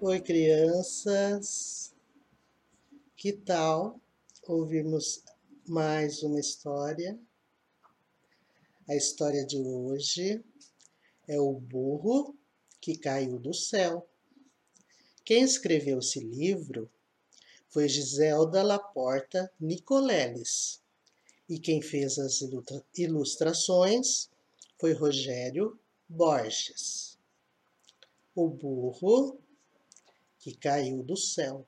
Oi, crianças. Que tal ouvirmos mais uma história? A história de hoje é o burro que caiu do céu. Quem escreveu esse livro foi Giselda Laporta Nicoleles. E quem fez as ilustrações foi Rogério Borges. O burro que caiu do céu.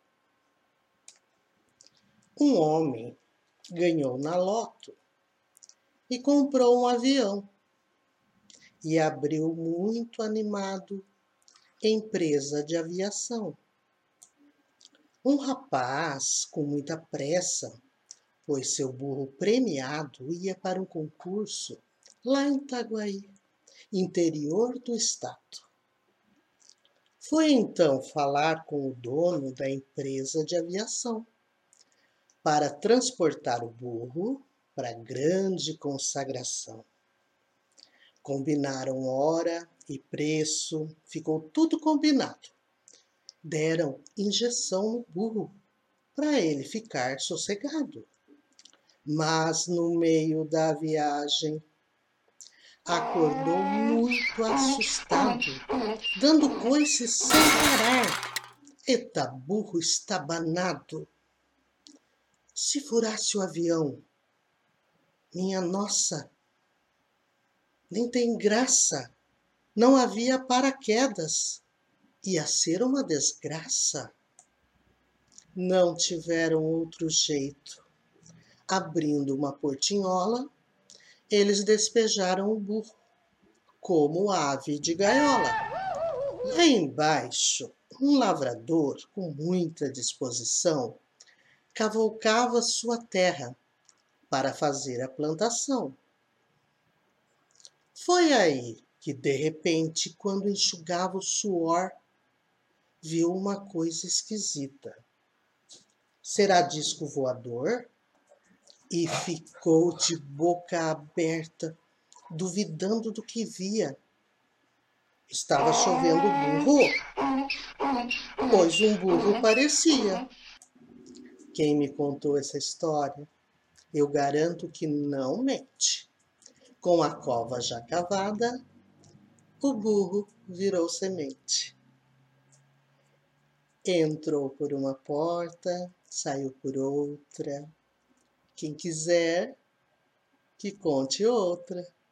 Um homem ganhou na loto e comprou um avião e abriu muito animado empresa de aviação. Um rapaz com muita pressa, pois seu burro premiado ia para um concurso lá em Itaguaí, interior do estado. Foi então falar com o dono da empresa de aviação para transportar o burro para a grande consagração. Combinaram hora e preço, ficou tudo combinado. Deram injeção no burro para ele ficar sossegado. Mas no meio da viagem acordou muito assustado, dando coice sem parar. Eita, burro estabanado! Se furasse o avião, minha nossa, nem tem graça, não havia paraquedas, ia ser uma desgraça. Não tiveram outro jeito. Abrindo uma portinhola, eles despejaram o burro, como ave de gaiola. Lá embaixo, um lavrador com muita disposição cavalcava sua terra para fazer a plantação. Foi aí que, de repente, quando enxugava o suor, viu uma coisa esquisita. Será disco voador? E ficou de boca aberta, duvidando do que via. Estava chovendo burro? Pois um burro parecia. Quem me contou essa história, eu garanto que não mente. Com a cova já cavada, o burro virou semente. Entrou por uma porta, saiu por outra. Quem quiser, que conte outra.